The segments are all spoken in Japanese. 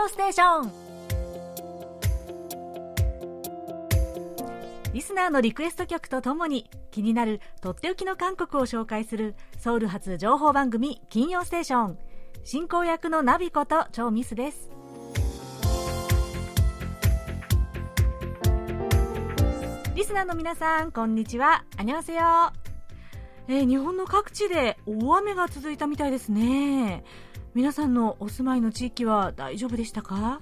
曜ステーション。リスナーのリクエスト曲とともに気になるとっておきの韓国を紹介するソウル発情報番組金曜ステーション。進行役のナビことチョミスです。リスナーの皆さん、こんにちは。アニョハセヨ。日本の各地で大雨が続いたみたいですね。皆さんのお住まいの地域は大丈夫でしたか？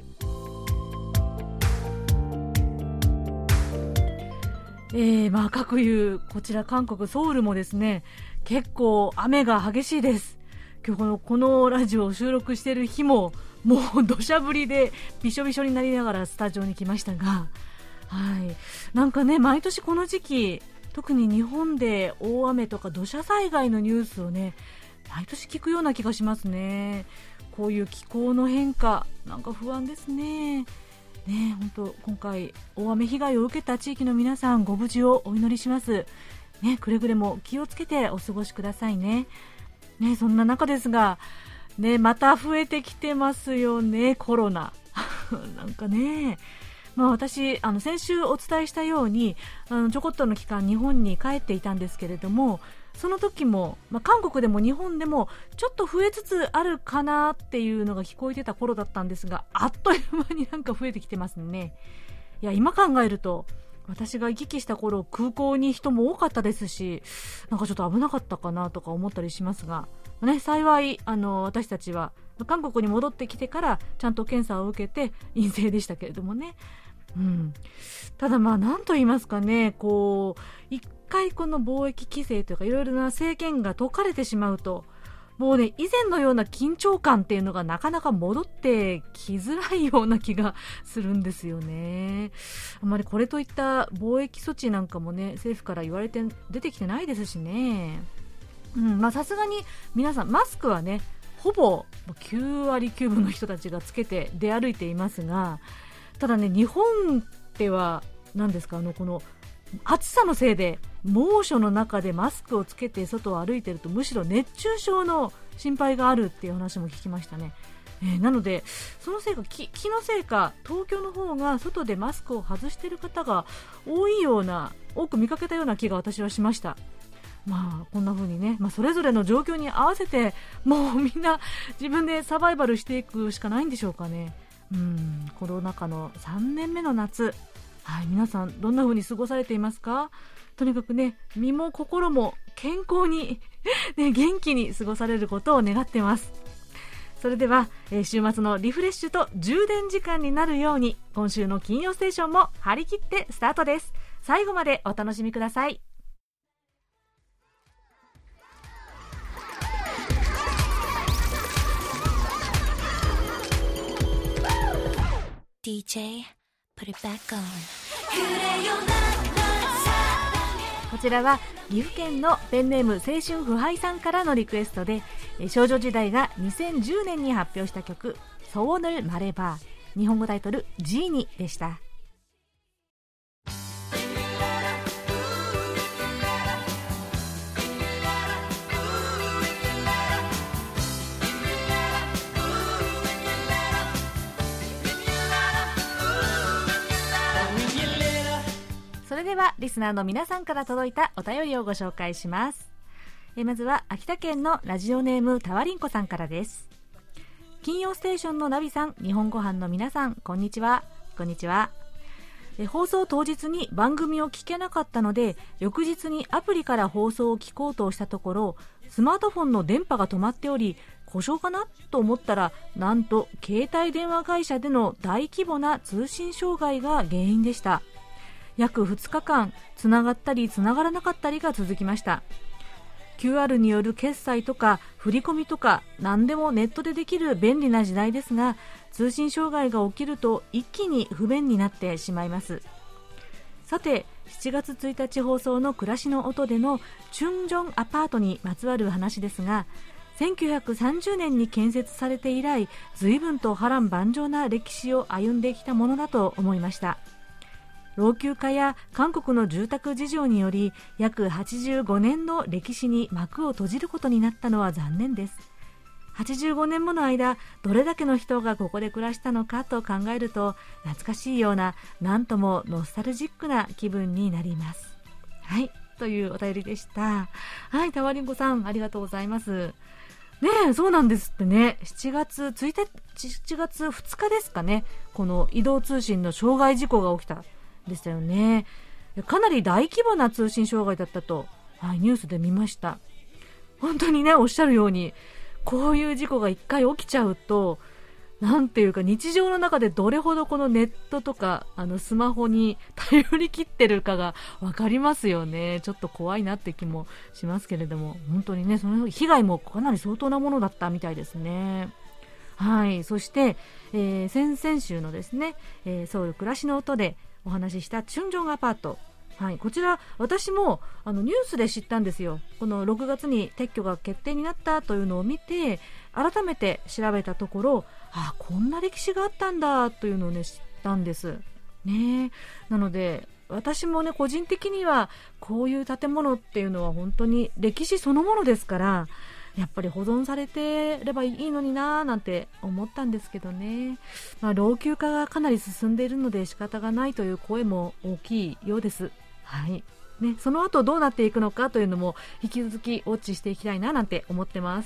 各いうこちら韓国ソウルもですね、結構雨が激しいです。今日このラジオを収録している日ももう土砂降りでびしょびしょになりながらスタジオに来ましたが、なんかね、毎年この時期特に日本で大雨とか土砂災害のニュースをね、毎年聞くような気がしますね。こういう気候の変化、なんか不安ですね。本当今回大雨被害を受けた地域の皆さん、ご無事をお祈りします。くれぐれも気をつけてお過ごしくださいね。そんな中ですが、また増えてきてますよね、コロナ。なんかね、私先週お伝えしたようにちょこっとの期間日本に帰っていたんですけれども、その時も、韓国でも日本でもちょっと増えつつあるかなっていうのが聞こえてた頃だったんですが、あっという間になんか増えてきてますね。いや、今考えると私が行き来した頃空港に人も多かったですし、なんかちょっと危なかったかなとか思ったりしますが、幸い私たちは韓国に戻ってきてからちゃんと検査を受けて陰性でしたけれどもね。ただ何と言いますかね、一回この貿易規制というかいろいろな制限が解かれてしまうと、もうね、以前のような緊張感っていうのがなかなか戻ってきづらいような気がするんですよね。あまりこれといった貿易措置なんかもね、政府から言われて出てきてないですしね。さすがに皆さんマスクはね、ほぼ9割9分の人たちがつけて出歩いていますが、ただね、日本では何ですか、この暑さのせいで猛暑の中でマスクをつけて外を歩いてると、むしろ熱中症の心配があるっていう話も聞きましたね。なのでそのせいか気のせいか、東京の方が外でマスクを外している方が多く見かけたような気が私はしました。こんな風にね、それぞれの状況に合わせてもうみんな自分でサバイバルしていくしかないんでしょうかね。コロナ禍の3年目の夏、皆さんどんな風に過ごされていますか？とにかくね、身も心も健康に、元気に過ごされることを願っています。それでは、週末のリフレッシュと充電時間になるように、今週の金曜ステーションも張り切ってスタートです。最後までお楽しみください。DJ Put it back on。 こちらは岐阜県のペンネーム青春腐敗さんからのリクエストで、少女時代が2010年に発表した曲소원을 말해봐、日本語タイトルジーニでした。それではリスナーの皆さんから届いたお便りをご紹介します。まずは秋田県のラジオネームたわりんこさんからです。金曜ステーションのナビさん、日本ご飯の皆さん、こんにちは。こんにちは。放送当日に番組を聞けなかったので、翌日にアプリから放送を聞こうとしたところ、スマートフォンの電波が止まっており、故障かなと思ったら、なんと携帯電話会社での大規模な通信障害が原因でした。約2日間つながったりつながらなかったりが続きました。 QR による決済とか振り込みとか何でもネットでできる便利な時代ですが、通信障害が起きると一気に不便になってしまいます。さて、7月1日放送の暮らしの音でのチュンジョンアパートにまつわる話ですが、1930年に建設されて以来、随分と波乱万丈な歴史を歩んできたものだと思いました。老朽化や韓国の住宅事情により、約85年の歴史に幕を閉じることになったのは残念です。 85年もの間どれだけの人がここで暮らしたのかと考えると懐かしいような、なんともノスタルジックな気分になります。はい、というお便りでした。はい、タワリンコさんありがとうございます。ねえ、そうなんですってね。7月2日ですかね、この移動通信の障害事故が起きたんでしたよね。かなり大規模な通信障害だったと、はい、ニュースで見ました。本当にね、おっしゃるようにこういう事故が一回起きちゃうと、なんていうか日常の中でどれほどこのネットとかスマホに頼り切ってるかが分かりますよね。ちょっと怖いなって気もしますけれども、本当にね、その被害もかなり相当なものだったみたいですね。はい、そして、先々週のですね、ソウル暮らしの音でお話ししたチュンジョンアパート、はい、こちら私もニュースで知ったんですよ。この6月に撤去が決定になったというのを見て改めて調べたところ、こんな歴史があったんだというのをね、知ったんですね。なので私もね、個人的にはこういう建物っていうのは本当に歴史そのものですから、やっぱり保存されてればいいのにななんて思ったんですけどね。老朽化がかなり進んでいるので仕方がないという声も大きいようです。はいね、その後どうなっていくのかというのも引き続きウォッチしていきたいななんて思ってます。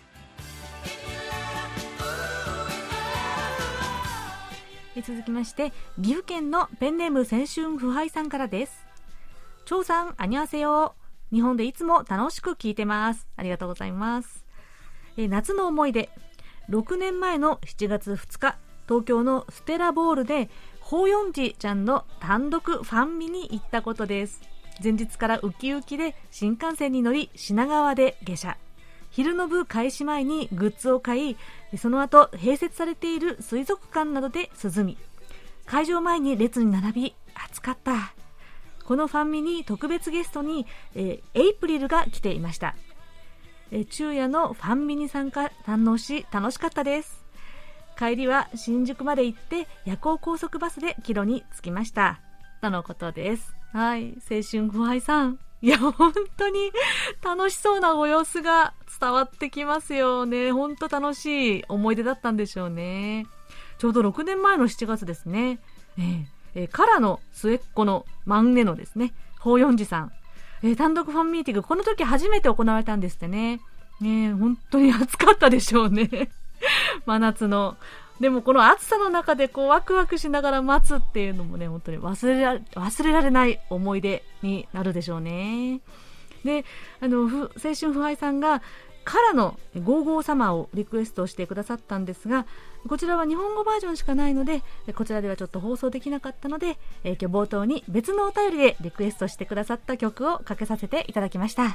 続きまして、岐阜県のペンネーム青春腐敗さんからです。張さん、アニョハセヨ。日本でいつも楽しく聞いてます。ありがとうございます。夏の思い出、6年前の7月2日、東京のステラボールでホーヨンジちゃんの単独ファン見に行ったことです。前日からウキウキで新幹線に乗り品川で下車。昼の部開始前にグッズを買い、その後併設されている水族館などで涼み、会場前に列に並び、暑かった。このファンミに特別ゲストに、エイプリルが来ていました。昼夜のファンミに参加堪能し楽しかったです。帰りは新宿まで行って夜行高速バスで帰路に着きましたとのことです。はい、青春不敗さん、いや本当に楽しそうなご様子が伝わってきますよね。本当楽しい思い出だったんでしょうね。ちょうど6年前の7月ですね。カラの末っ子のマンネのですね、ホーヨンジさん、単独ファンミーティング、この時初めて行われたんですってね。本当に暑かったでしょうね。真夏の。でもこの暑さの中でこうワクワクしながら待つっていうのもね、本当に忘れられない思い出になるでしょうね。で、青春不敗さんがカラのゴーゴーサマーをリクエストしてくださったんですが、こちらは日本語バージョンしかないので、こちらではちょっと放送できなかったので、今日冒頭に別のお便りでリクエストしてくださった曲をかけさせていただきました。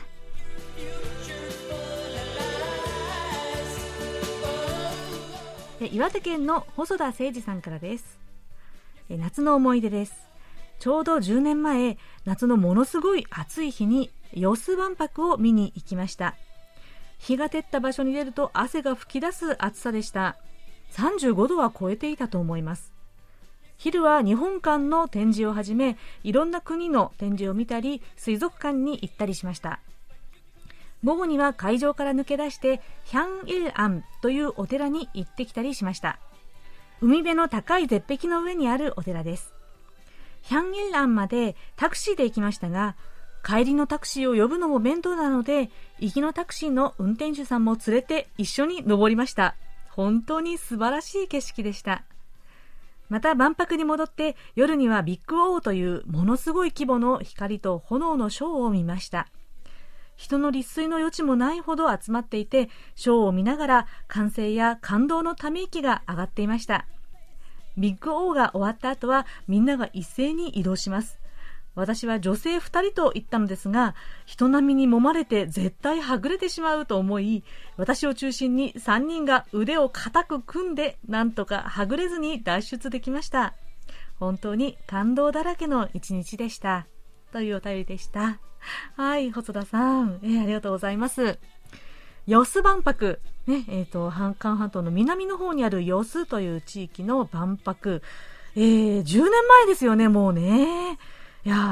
岩手県の細田誠二さんからです。夏の思い出です。ちょうど10年前、夏のものすごい暑い日にヨス万博を見に行きました。日が照った場所に出ると汗が噴き出す暑さでした。35度は超えていたと思います。昼は日本館の展示をはじめ、いろんな国の展示を見たり、水族館に行ったりしました。午後には会場から抜け出してヒャンイルアンというお寺に行ってきたりしました。海辺の高い絶壁の上にあるお寺です。ヒャンイルアンまでタクシーで行きましたが、帰りのタクシーを呼ぶのも面倒なので、行きのタクシーの運転手さんも連れて一緒に登りました。本当に素晴らしい景色でした。また万博に戻って夜にはビッグオーというものすごい規模の光と炎のショーを見ました。人の立錐の余地もないほど集まっていて、ショーを見ながら歓声や感動のため息が上がっていました。ビッグオーが終わった後はみんなが一斉に移動します。私は女性2人と言ったのですが、人並みに揉まれて絶対はぐれてしまうと思い、私を中心に3人が腕を固く組んでなんとかはぐれずに脱出できました。本当に感動だらけの一日でしたというお便りでした。はい、細田さん、ありがとうございます。ヨス万博、韓半島の南の方にあるヨスという地域の万博、10年前ですよね、もうね。いや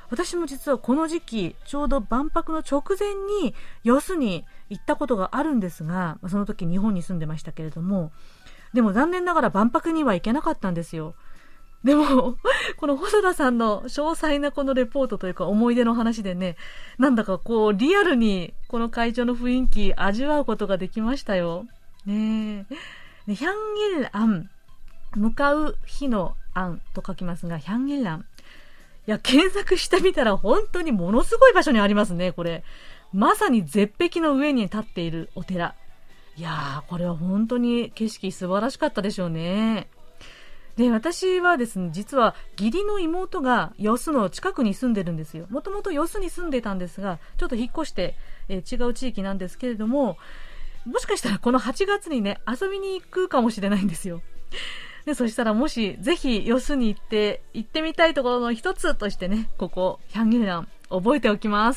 私も実はこの時期、ちょうど万博の直前に、よすに行ったことがあるんですが、その時日本に住んでましたけれども、でも残念ながら万博には行けなかったんですよ。でも、この細田さんの詳細なこのレポートというか思い出の話でね、なんだかこうリアルにこの会場の雰囲気味わうことができましたよ。ねえ。ヒャンギルアン、向かう日の案と書きますが、ヒャンギルアン。いや、検索してみたら本当にものすごい場所にありますね、これ。まさに絶壁の上に立っているお寺。いやー、これは本当に景色素晴らしかったでしょうね。で、私はですね、実は義理の妹がヨスの近くに住んでるんですよ。もともとヨスに住んでたんですが、ちょっと引っ越して、違う地域なんですけれども、もしかしたらこの8月にね、遊びに行くかもしれないんですよ。で、そしたらもしぜひヨスに行ってみたいところの一つとしてね、ここヒャンギルラン覚えておきます。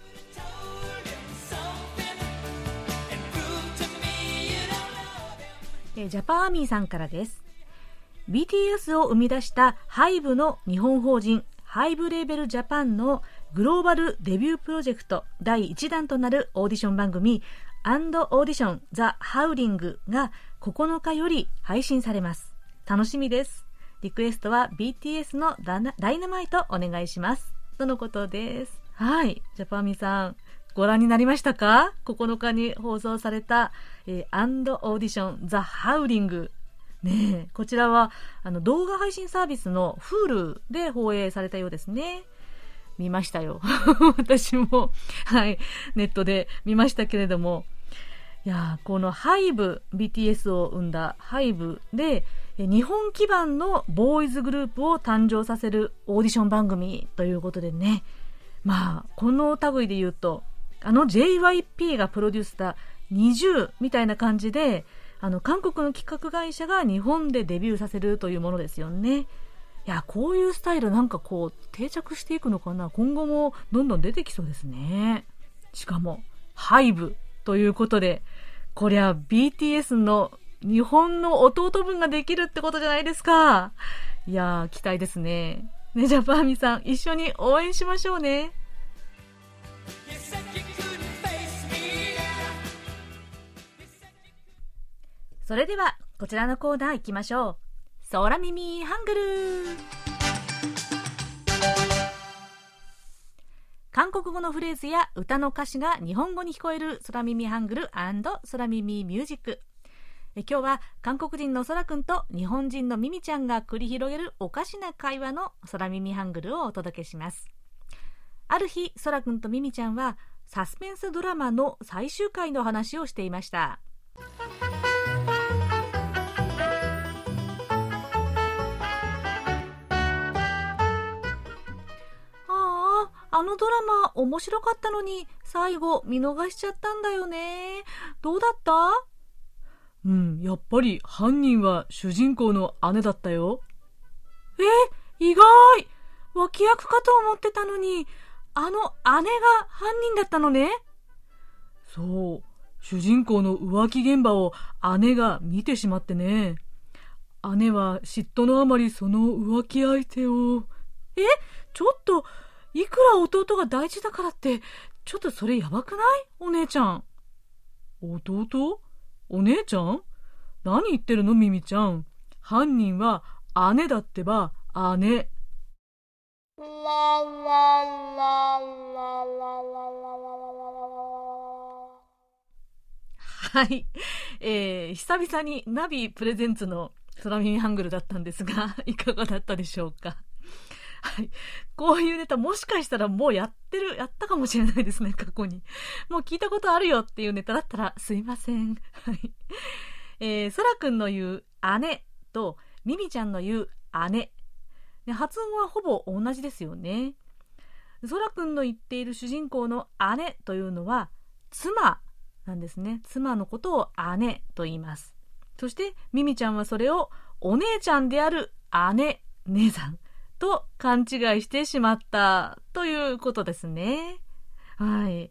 ジャパンアーミーさんからです。BTS を生み出したHYBEの日本法人HYBEレーベルジャパンのグローバルデビュープロジェクト第1弾となるオーディション番組&オーディションザ・ハウリングが9日より配信されます。楽しみです。リクエストは BTS のダイナマイトお願いしますとのことです。はい、ジャパンミさんご覧になりましたか？ 9 日に放送された、&オーディションザ・ハウリングねえ、こちらは動画配信サービスの Hulu で放映されたようですね。見ましたよ私もはい、ネットで見ましたけれども、いやこのHYBE、BTS を生んだHYBEで日本基盤のボーイズグループを誕生させるオーディション番組ということでね、まあこの類で言うとJYP がプロデュースしたNiziUみたいな感じで韓国の企画会社が日本でデビューさせるというものですよね。いや、こういうスタイルなんかこう定着していくのかな。今後もどんどん出てきそうですね。しかもHYBEということで、こりゃ BTS の日本の弟分ができるってことじゃないですか。いや、期待ですね。ね、ジャパンミさん一緒に応援しましょうね。それではこちらのコーナー行きましょう。空耳ハングル。韓国語のフレーズや歌の歌詞が日本語に聞こえる空耳ハングル&空耳ミュージック。今日は韓国人の空くんと日本人のミミちゃんが繰り広げるおかしな会話の空耳ハングルをお届けします。ある日、空くんとミミちゃんはサスペンスドラマの最終回の話をしていました。あのドラマ面白かったのに最後見逃しちゃったんだよね。どうだった？やっぱり犯人は主人公の姉だったよ。意外！脇役かと思ってたのに、姉が犯人だったのね。そう、主人公の浮気現場を姉が見てしまってね。姉は嫉妬のあまりその浮気相手を。ちょっといくら弟が大事だからってちょっとそれやばくない？お姉ちゃん。弟？お姉ちゃん？何言ってるのミミちゃん。犯人は姉だってば、姉。はい、久々にナビプレゼンツの空耳ハングルだったんですがいかがだったでしょうか。はい、こういうネタもしかしたらもうやったかもしれないですね。過去にもう聞いたことあるよっていうネタだったらすいません。はい、そらくんの言う姉とミミちゃんの言う姉、発音はほぼ同じですよね。そらくんの言っている主人公の姉というのは妻なんですね。妻のことを姉と言います。そしてミミちゃんはそれをお姉ちゃんである姉さんと勘違いしてしまったということですね。はい。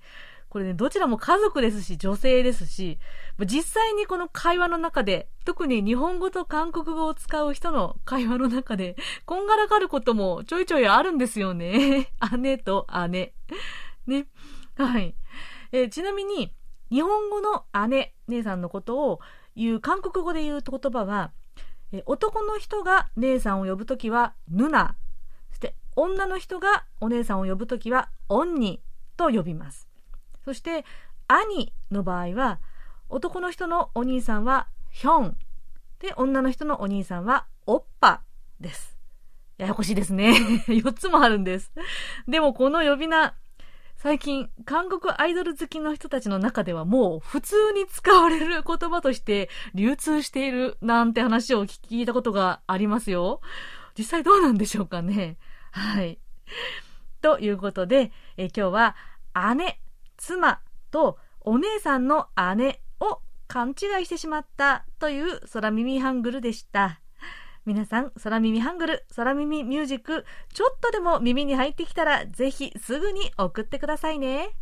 これね、どちらも家族ですし、女性ですし、実際にこの会話の中で、特に日本語と韓国語を使う人の会話の中で、こんがらがることもちょいちょいあるんですよね。姉と姉。ね。はい。ちなみに、日本語の姉さんのことを言う、韓国語で言う言葉は、男の人が姉さんを呼ぶときは、ヌナ。そして、女の人がお姉さんを呼ぶときは、オンニと呼びます。そして、兄の場合は、男の人のお兄さんは、ヒョン。で、女の人のお兄さんは、オッパです。ややこしいですね。4つもあるんです。でも、この呼び名、最近、韓国アイドル好きの人たちの中ではもう普通に使われる言葉として流通しているなんて話を聞いたことがありますよ。実際どうなんでしょうかね。はい。ということで、今日は姉、妻とお姉さんの姉を勘違いしてしまったという空耳ハングルでした。皆さん、空耳ハングル、空耳ミュージック、ちょっとでも耳に入ってきたら、ぜひすぐに送ってくださいね。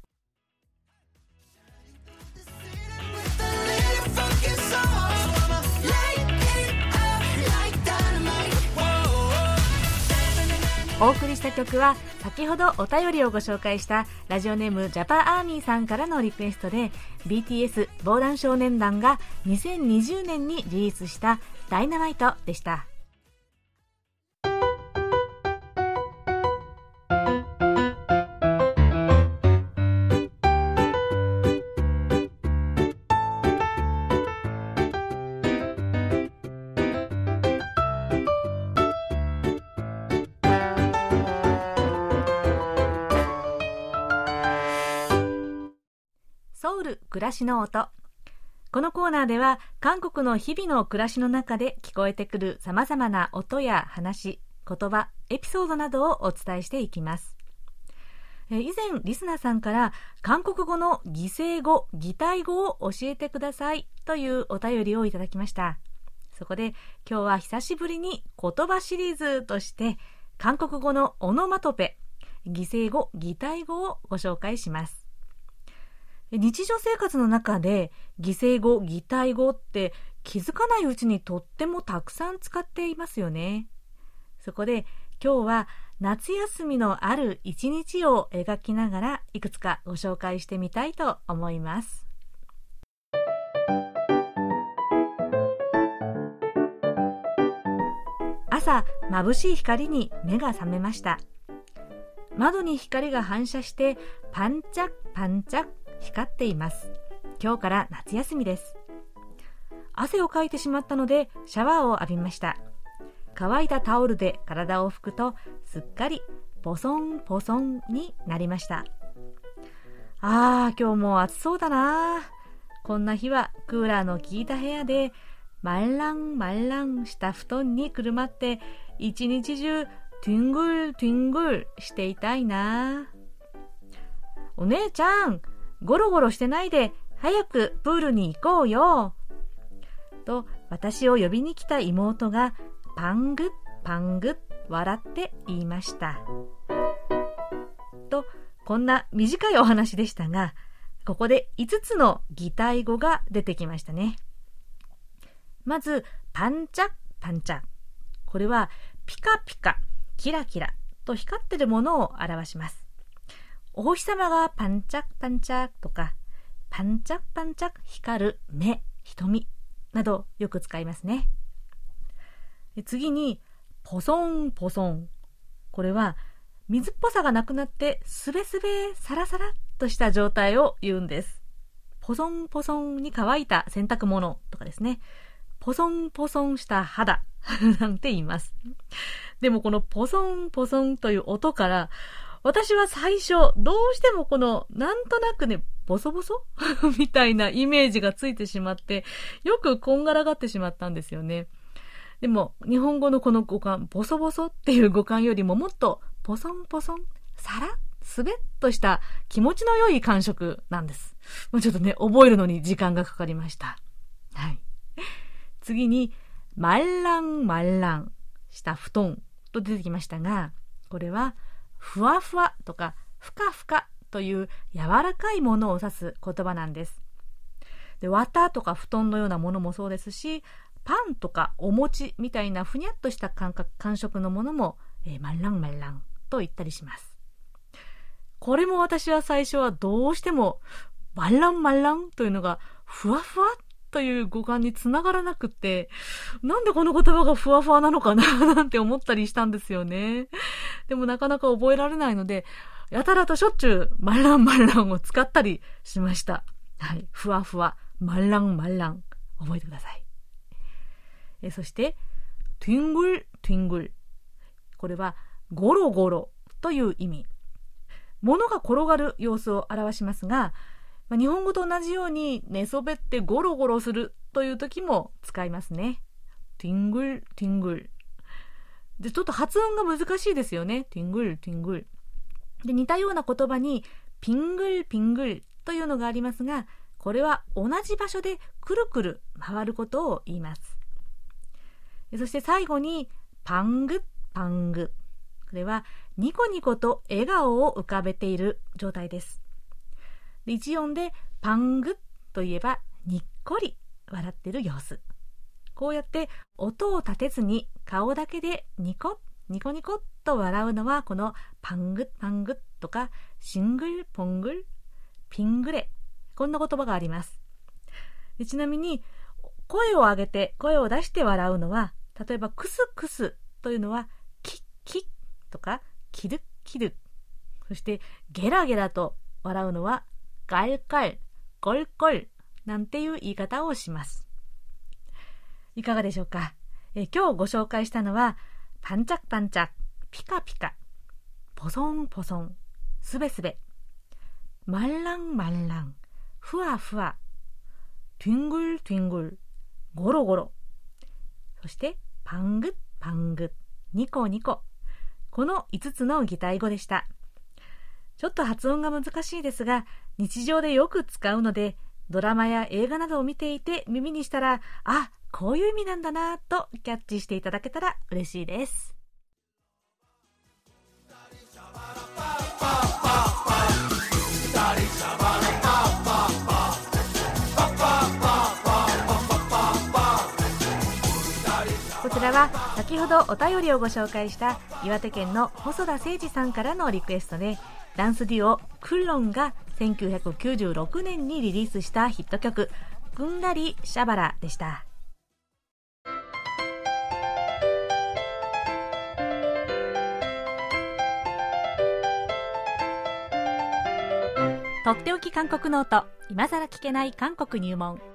お送りした曲は、先ほどお便りをご紹介したラジオネームジャパンアーミーさんからのリクエストで、BTS 防弾少年団が2020年にリリースしたダイナマイトでした。ソウル暮らしの音。このコーナーでは韓国の日々の暮らしの中で聞こえてくる様々な音や話、言葉、エピソードなどをお伝えしていきます。以前リスナーさんから韓国語の擬声語、擬態語を教えてくださいというお便りをいただきました。そこで今日は久しぶりに言葉シリーズとして韓国語のオノマトペ、擬声語、擬態語をご紹介します。日常生活の中で擬声語、擬態語って気づかないうちにとってもたくさん使っていますよね。そこで今日は夏休みのある一日を描きながらいくつかご紹介してみたいと思います。朝、眩しい光に目が覚めました。窓に光が反射してパンチャッパンチャッ光っています。今日から夏休みです。汗をかいてしまったのでシャワーを浴びました。乾いたタオルで体を拭くとすっかりポソンポソンになりました。今日も暑そうだな。こんな日はクーラーの効いた部屋で말랑말랑した布団にくるまって一日中뒹굴뒹굴していたいな。お姉ちゃん、ゴロゴロしてないで早くプールに行こうよと私を呼びに来た妹がパングッパングッ笑って言いましたと、こんな短いお話でしたが、ここで5つの擬態語が出てきましたね。まずパンチャパンチャ、これはピカピカキラキラと光っているものを表します。お星様がパンチャパンチャとか、パンチャパンチャ光る目、瞳などよく使いますね。次にポソンポソン、これは水っぽさがなくなってスベスベサラサラっとした状態を言うんです。ポソンポソンに乾いた洗濯物とかですね。ポソンポソンした肌なんて言います。でもこのポソンポソンという音から私は最初どうしてもこのなんとなくね、ボソボソみたいなイメージがついてしまってよくこんがらがってしまったんですよね。でも日本語のこの語感、ボソボソっていう語感よりももっとポソンポソン、サラッスベッとした気持ちの良い感触なんです。もうちょっとね、覚えるのに時間がかかりました。はい。次に말랑 말랑した布団と出てきましたが、これはふわふわとかふかふかという柔らかいものを指す言葉なんです。で、綿とか布団のようなものもそうですし、パンとかお餅みたいなふにゃっとした感触のものも、マンランマンランと言ったりします。これも私は最初はどうしてもマンランマンランというのがふわふわという語感につながらなくって、なんでこの言葉がふわふわなのかななんて思ったりしたんですよね。でもなかなか覚えられないので、やたらとしょっちゅうマンランマンランを使ったりしました。はい、ふわふわ、マンランマンラン、覚えてください。そして、トゥングル、トゥングル。これはゴロゴロという意味。物が転がる様子を表しますが、日本語と同じように寝そべってゴロゴロするという時も使いますね。ティングル、ティングル。で、ちょっと発音が難しいですよね。ティングル、ティングル。で、似たような言葉にピングル、ピングルというのがありますが、これは同じ場所でくるくる回ることを言います。そして最後にパング、パング。これはニコニコと笑顔を浮かべている状態です。一音でパングといえばにっこり笑っている様子。こうやって音を立てずに顔だけでニコニコニコと笑うのはこのパングパングとかシングルポングルピングレ、こんな言葉があります。ちなみに声を上げて声を出して笑うのは、例えばクスクスというのはキッキッとかキルキル、そしてゲラゲラと笑うのはガルガル、ゴルゴルなんていう言い方をします。いかがでしょうか。今日ご紹介したのはパンチャクパンチャク、ピカピカ、ポソンポソン、スベスベ、マンランマンラン、ふわふわ、トゥングルトゥングル、ゴロゴロ、そしてパングパング、ニコニコ、この5つの擬態語でした。ちょっと発音が難しいですが、日常でよく使うので、ドラマや映画などを見ていて耳にしたら、あ、こういう意味なんだなとキャッチしていただけたら嬉しいです。こちらは先ほどお便りをご紹介した岩手県の細田誠二さんからのリクエストで、ダンスデュオクッロンが1996年にリリースしたヒット曲グンガリシャバラでした。とっておき韓国ノート、今さら聞けない韓国入門。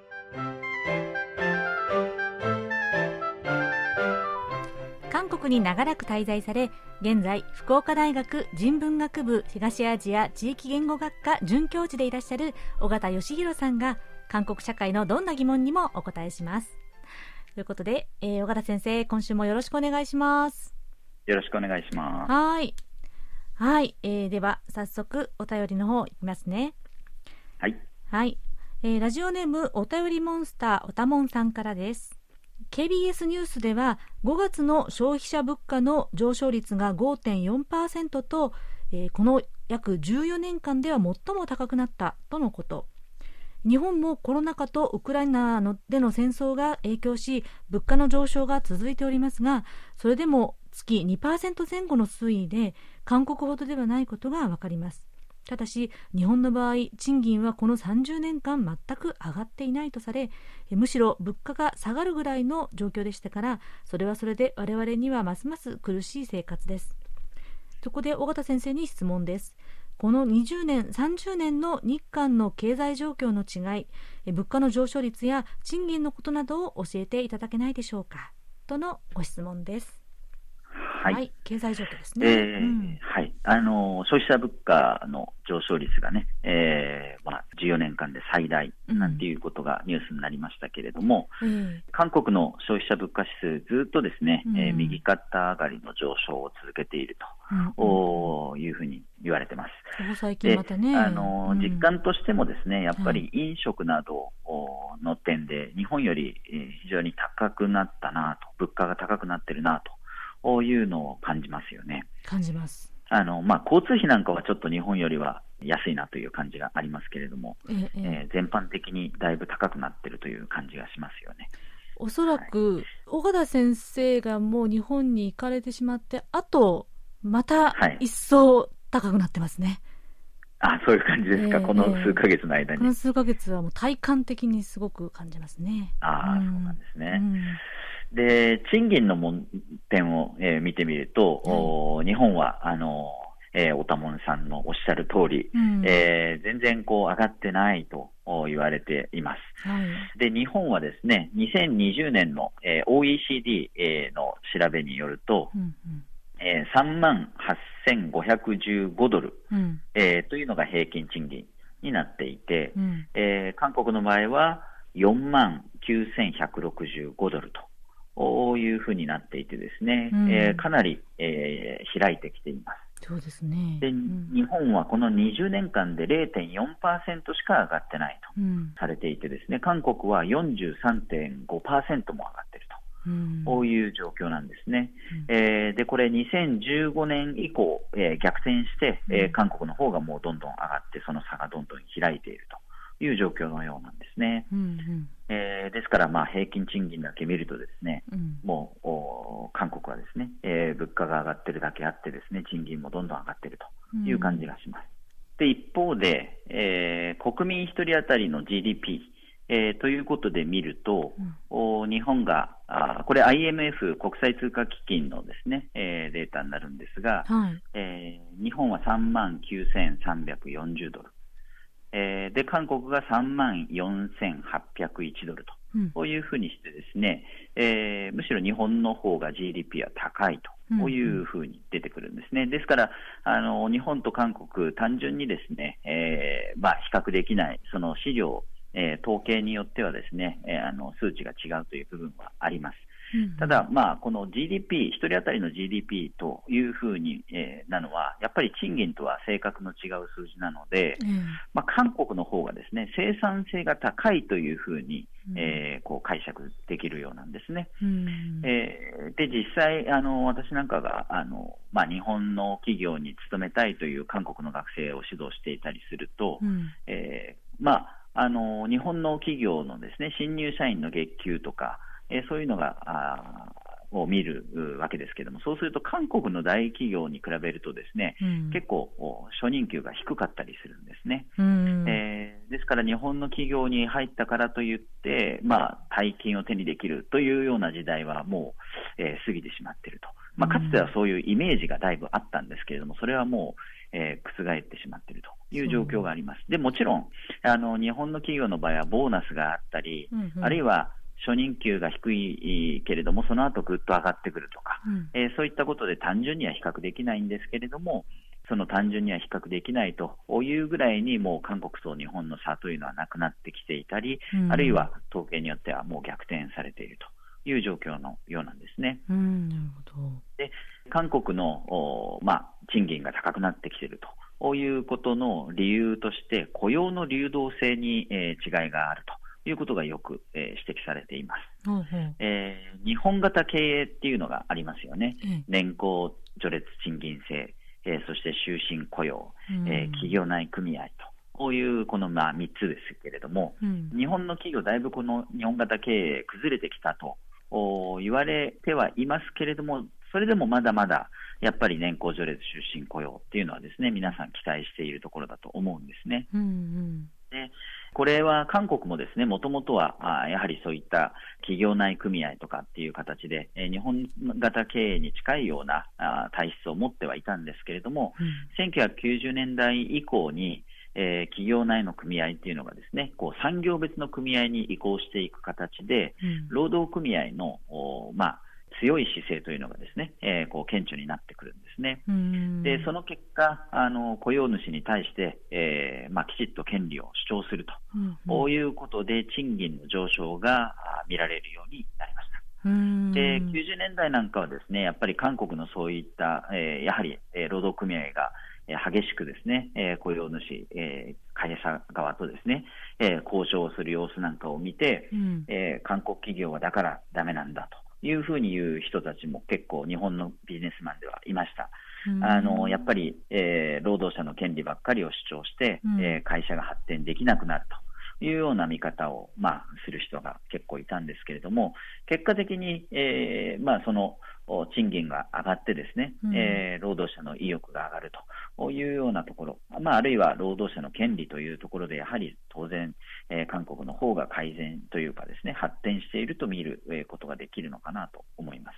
韓国に長らく滞在され、現在福岡大学人文学部東アジア地域言語学科准教授でいらっしゃる尾形義弘さんが、韓国社会のどんな疑問にもお答えします。ということで、尾形先生、今週もよろしくお願いします。 よろしくお願いします。 はい、では早速お便りの方いきますね。はい、ラジオネームお便りモンスターおたもんさんからです。KBS ニュースでは5月の消費者物価の上昇率が 5.4% と、この約14年間では最も高くなったとのこと。日本もコロナ禍とウクライナでの戦争が影響し、物価の上昇が続いておりますが、それでも月 2% 前後の推移で韓国ほどではないことがわかります。ただし日本の場合、賃金はこの30年間全く上がっていないとされ、むしろ物価が下がるぐらいの状況でしたから、それはそれで我々にはますます苦しい生活です。そこで尾形先生に質問です。この20年30年の日韓の経済状況の違い、物価の上昇率や賃金のことなどを教えていただけないでしょうか、とのご質問です。はい、経済状況ですね。 消費者物価の上昇率がね、14年間で最大なんていうことがニュースになりましたけれども、韓国の消費者物価指数ずっとですね、右肩上がりの上昇を続けているというふうに言われてます。 最近またね、 実感としてもですね、やっぱり飲食などの点で日本より非常に高くなったなと、物価が高くなってるなというのを感じますよね。 感じます。 交通費なんかはちょっと日本よりは安いなという感じがありますけれども、全般的にだいぶ高くなっているという感じがしますよね。 おそらく、小形先生がもう日本に行かれてしまって、あとまた一層高くなってますね。 そういう感じですか、この数ヶ月の間に。 この数ヶ月はもう体感的にすごく感じますね。 そうなんですね。で、賃金の点を、見てみると、日本はおたもんさんのおっしゃる通り、全然上がってないと言われています。で、日本はですね、2020年の、OECD の調べによると、38,515 ドル、というのが平均賃金になっていて、韓国の場合は49,165 ドルというふうになっていてですね、かなり、開いてきています。 そうですね。 で、日本はこの20年間で 0.4% しか上がってないとされていてですね、韓国は 43.5% も上がっていると。こういう状況なんですね。で、これ2015年以降、逆転して、韓国の方がもうどんどん上がって、その差がどんどん開いているという状況のようなんですね。ですから、平均賃金だけ見るとですね、もう韓国はですね、物価が上がっているだけあってですね、賃金もどんどん上がっているという感じがします。で、一方で、国民一人当たりの GDP、ということで見ると、日本がこれ IMF 国際通貨基金のですね、データになるんですが、日本は 39,340 ドル、で韓国が 34,801 ドルと、こういうふうにしてですね、むしろ日本の方が GDP は高いと、こういうふうに出てくるんですね。ですから日本と韓国単純にですね、比較できないその資料、統計によってはですね、数値が違うという部分はあります。ただ、この GDP、一人当たりの GDP というふうに、なのは、やっぱり賃金とは性格の違う数字なので、韓国の方がですね、生産性が高いというふうに、解釈できるようなんですね。で、実際、私なんかが、日本の企業に勤めたいという韓国の学生を指導していたりすると、日本の企業のですね、新入社員の月給とか、そういうのを見るわけですけれども、そうすると韓国の大企業に比べるとですね、結構初任給が低かったりするんですね。ですから日本の企業に入ったからといって、大金を手にできるというような時代はもう、過ぎてしまっていると。かつてはそういうイメージがだいぶあったんですけれども、それはもう、覆ってしまっているという状況があります。で、もちろん日本の企業の場合はボーナスがあったり、あるいは初任給が低いけれどもその後ぐっと上がってくるとか、そういったことで単純には比較できないんですけれども、その単純には比較できないというぐらいにもう韓国と日本の差というのはなくなってきていたり、あるいは統計によってはもう逆転されているという状況のようなんですね。 なるほど。 で、韓国の、賃金が高くなってきているということの理由として雇用の流動性に、違いがあるということがよく、指摘されています。日本型経営っていうのがありますよね。年功序列賃金制、そして終身雇用、企業内組合とこういうこの3つですけれども、日本の企業だいぶこの日本型経営崩れてきたと言われてはいますけれども、それでもまだまだやっぱり年功序列終身雇用っていうのはですね、皆さん期待しているところだと思うんですね。で、これは韓国もですね、もともとはやはりそういった企業内組合とかっていう形で、日本型経営に近いような体質を持ってはいたんですけれども、1990年代以降に企業内の組合っていうのがですね、産業別の組合に移行していく形で、労働組合の強い姿勢というのがですね、顕著になってくるんですね。で、その結果、雇用主に対して、きちっと権利を主張するということで、賃金の上昇が見られるようになりました。で、90年代なんかはですね、やっぱり韓国のそういった、やはり、労働組合が激しくですね、雇用主、会社側とですね、交渉をする様子なんかを見て、韓国企業はだからダメなんだというふうに言う人たちも結構日本のビジネスマンではいました。 やっぱり、労働者の権利ばっかりを主張して、会社が発展できなくなるというような見方を、する人が結構いたんですけれども、結果的に、その賃金が上がってですね、労働者の意欲が上がるというようなところ、あるいは労働者の権利というところで、やはり当然、韓国の方が改善というかですね、発展していると見ることができるのかなと思います。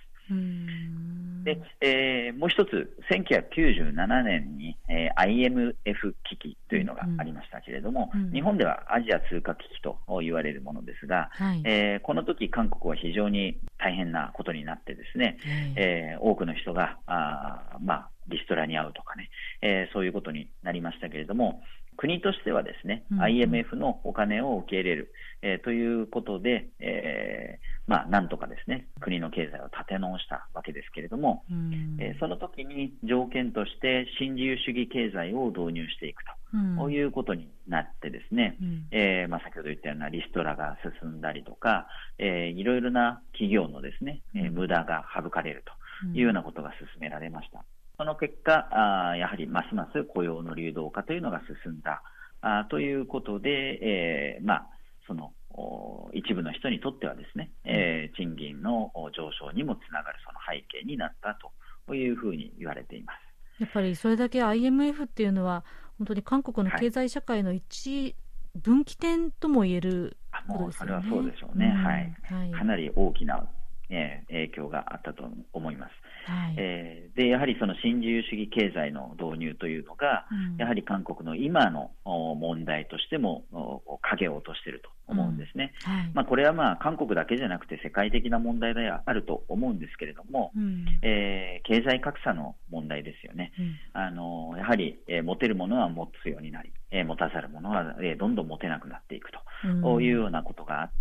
で、もう一つ、1997年に、IMF 危機というのがありましたけれども、日本ではアジア通貨危機と言われるものですが、この時韓国は非常に大変なことになってですね、多くの人がリストラに遭うとかね、そういうことになりましたけれども、国としてはですね、IMF のお金を受け入れる、ということで、なんとかですね、国の経済を立て直したわけですけれども、その時に条件として新自由主義経済を導入していくということになってですね、先ほど言ったようなリストラが進んだりとか、いろいろな企業のですね、無駄が省かれるというようなことが進められました。その結果、やはりますます雇用の流動化というのが進んだということで、その一部の人にとってはですね、賃金の上昇にもつながるその背景になったというふうに言われています。 やっぱりそれだけ IMF っていうのは本当に韓国の経済社会の一分岐点とも言えることですよね。 もうそれはそうでしょうね。かなり大きな影響があったと思います。でやはりその新自由主義経済の導入というのが、やはり韓国の今の問題としても影を落としていると思うんですね。これは韓国だけじゃなくて世界的な問題であると思うんですけれども、経済格差の問題ですよね。やはり持てるものは持つようになり、持たざるものはどんどん持てなくなっていくというようなことがあって、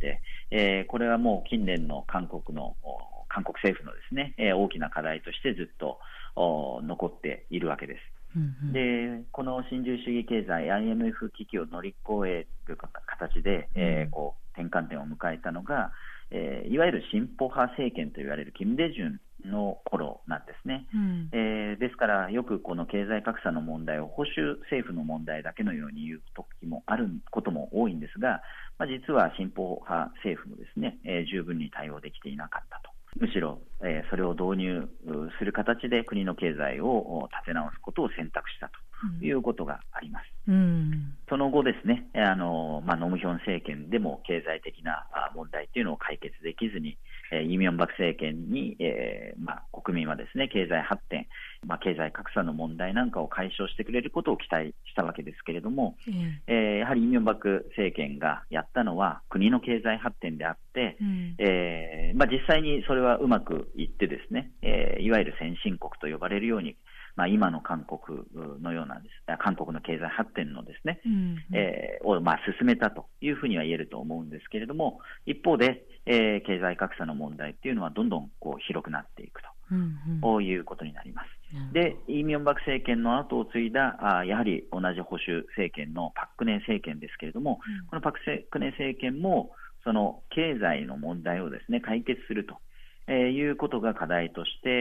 これはもう近年の韓国政府のですね、大きな課題としてずっと残っているわけです。でこの新自由主義経済 IMF 危機を乗り越える形で、転換点を迎えたのが、いわゆる進歩派政権といわれるキム・デジュンの頃なんですね。ですからよくこの経済格差の問題を保守政府の問題だけのように言う時もあることも多いんですが、実は進歩派政府もですね、十分に対応できていなかったと。むしろ、それを導入する形で国の経済を立て直すことを選択したということがあります。その後ですね、ノムヒョン政権でも経済的な問題というのを解決できずに、イ・ミョンバク政権に、国民はですね、経済発展、経済格差の問題なんかを解消してくれることを期待したわけですけれども、やはりイ・ミョンバク政権がやったのは国の経済発展であって、実際にそれはうまくいってですね、いわゆる先進国と呼ばれるように、今の韓国のような韓国の経済発展のですね、を進めたというふうには言えると思うんですけれども、一方で、経済格差の問題っていうのはどんどん広くなっていくということになります。で、イ・ミョンバク政権の後を継いだやはり同じ保守政権のパク・クネ政権ですけれども、このパク・クネ政権もその経済の問題をですね、解決するということが課題として、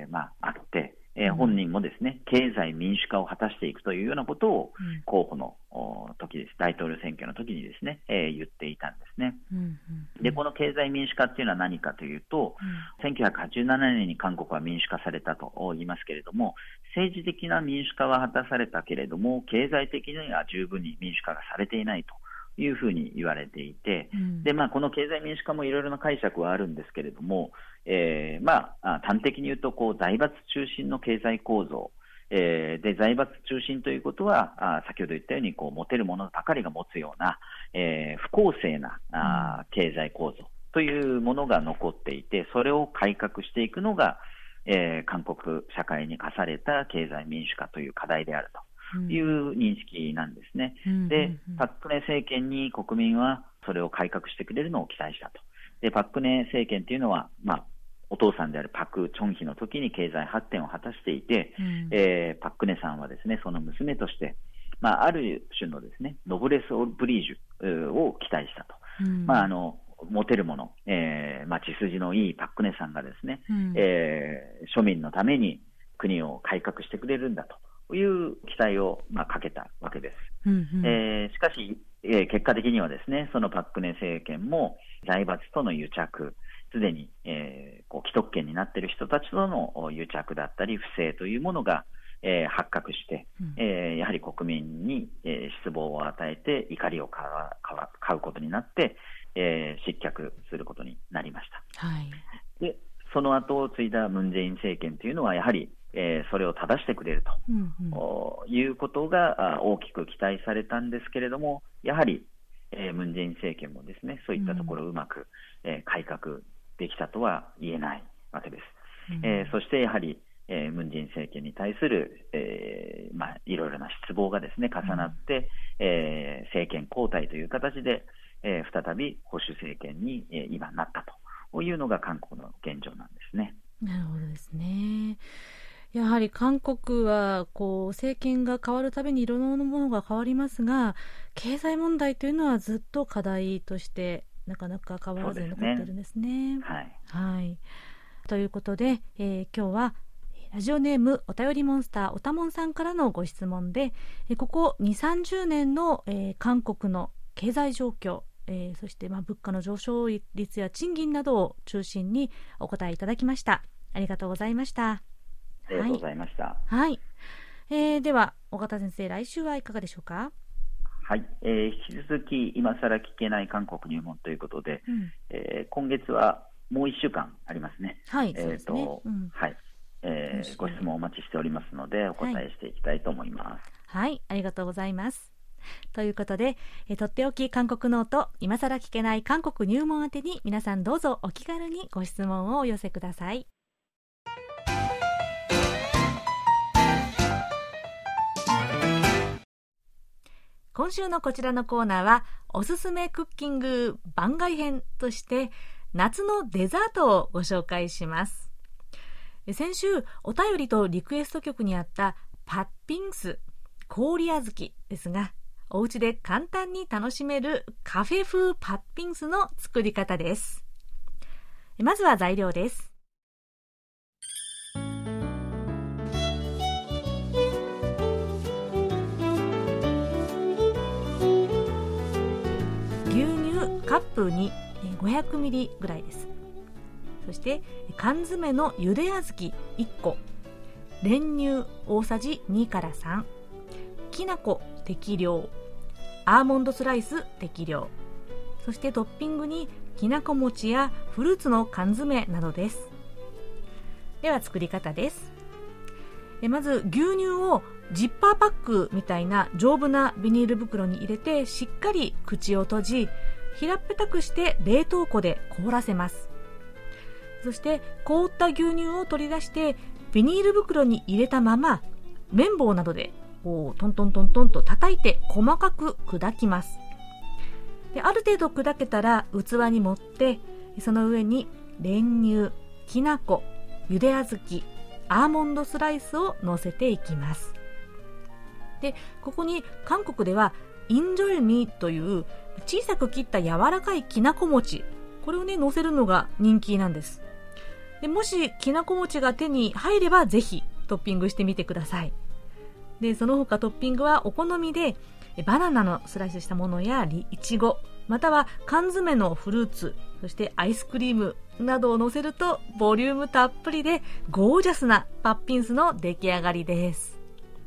あって、本人もですね、経済民主化を果たしていくというようなことを候補の時です、大統領選挙の時にですね、言っていたんですね。で、この経済民主化っていうのは何かというと、1987年に韓国は民主化されたと言いますけれども、政治的な民主化は果たされたけれども、経済的には十分に民主化がされていないというふうに言われていて、でこの経済民主化もいろいろな解釈はあるんですけれども、端的に言うと財閥中心の経済構造、で財閥中心ということは先ほど言ったように持てるものばかりが持つような、不公正な経済構造というものが残っていて、それを改革していくのが、韓国社会に課された経済民主化という課題であるという認識なんですね。で、パク・クネ政権に国民はそれを改革してくれるのを期待したと。で、パク・クネ政権というのは、お父さんであるパク・チョンヒの時に経済発展を果たしていて、パク・クネさんはですね、その娘として、ある種のですね、ノブレス・オブリージュを期待したと。持てるもの、血筋のいいパク・クネさんがですね、庶民のために国を改革してくれるんだという期待をかけたわけです。しかし、結果的にはですね、そのパククネ政権も財閥との癒着、すでに、既得権になっている人たちとの癒着だったり不正というものが、発覚して、やはり国民に、失望を与えて怒りを買うことになって、失脚することになりました。で、その後を継いだムン・ジェイン政権というのはやはり、それを正してくれると、いうことが大きく期待されたんですけれども、やはり、ムン・ジェイン政権もですね、そういったところをうまく、改革できたとは言えないわけです。そしてやはり、ムン・ジェイン政権に対する、いろいろな失望がですね重なって、政権交代という形で、再び保守政権に、今なったというのが韓国の現状なんですね。 なるほどですね。やはり韓国は政権が変わるたびにいろんなものが変わりますが、経済問題というのはずっと課題としてなかなか変わらずに残っているんですね。ということで、今日はラジオネームお便りモンスターおたもんさんからのご質問で、ここ 2,30 年の、韓国の経済状況、そして物価の上昇率や賃金などを中心にお答えいただきました。ありがとうございました。 ありがとうございました。 では尾形先生、来週はいかがでしょうか。 引き続き今更聞けない韓国入門ということで、今月はもう1週間ありますね。ご質問お待ちしておりますのでお答えしていきたいと思います。 ありがとうございます。ということで、とっておき韓国ノート、今更聞けない韓国入門宛てに皆さんどうぞお気軽にご質問をお寄せください。今週のこちらのコーナーはおすすめクッキング番外編として夏のデザートをご紹介します。先週お便りとリクエスト曲にあったパッピンス氷小豆ですが、お家で簡単に楽しめるカフェ風パッピンスの作り方です。まずは材料です。牛乳カップに500ミリぐらいです。そして缶詰のゆで小豆1個、練乳大さじ2から3、きな粉適量、アーモンドスライス適量、そしてトッピングにきなこ餅やフルーツの缶詰などです。では作り方です。まず牛乳をジッパーパックみたいな丈夫なビニール袋に入れてしっかり口を閉じ、平っぺたくして冷凍庫で凍らせます。そして凍った牛乳を取り出してビニール袋に入れたまま綿棒などでトントントントンと叩いて細かく砕きます。で、ある程度砕けたら器に盛って、その上に練乳、きな粉、ゆで小豆、アーモンドスライスを乗せていきます。で、ここに韓国ではインジョルミという小さく切った柔らかいきなこ餅、これをね乗せるのが人気なんです。で、もしきなこ餅が手に入ればぜひトッピングしてみてください。で、その他トッピングはお好みでバナナのスライスしたものやいちご、または缶詰のフルーツ、そしてアイスクリームなどを乗せるとボリュームたっぷりでゴージャスなパッピンスの出来上がりです。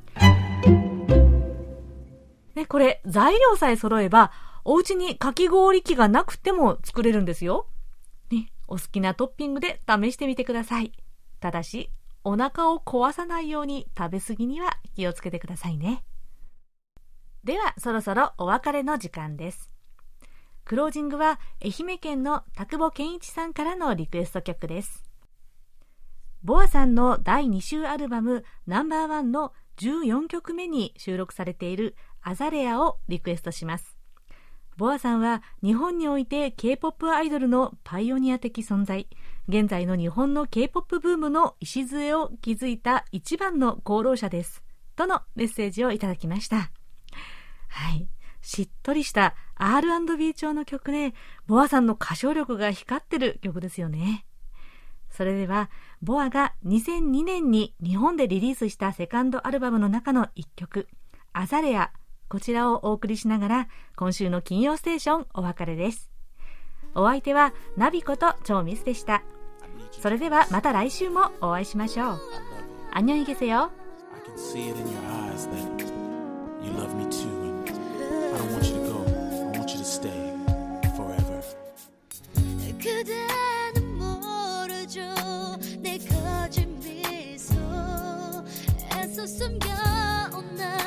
ね、これ材料さえ揃えばお家にかき氷機がなくても作れるんですよ。ね、お好きなトッピングで試してみてください。ただしお腹を壊さないように食べ過ぎには気をつけてくださいね。ではそろそろお別れの時間です。クロージングは愛媛県の田久保健一さんからのリクエスト曲です。ボアさんの第2週アルバムナンバーワンの14曲目に収録されているアザレアをリクエストします。ボアさんは日本において K-POP アイドルのパイオニア的存在、現在の日本の K-POP ブームの礎を築いた一番の功労者ですとのメッセージをいただきました。はい、しっとりした R&B 調の曲で、ボアさんの歌唱力が光ってる曲ですよね。 それではボアが2002年に日本でリリースしたセカンドアルバムの中の一曲、アザレア、こちらをお送りしながら今週の金曜ステーションお別れです。お相手はナビことチョーミスでした。それではまた来週もお会いしましょう。안녕히 계세요. I can see it in your eyes that you love me too, and I don't want you to go. I want you to stay forever. 그대는 모르죠. 내 거짓 미소 애써 숨겨온 나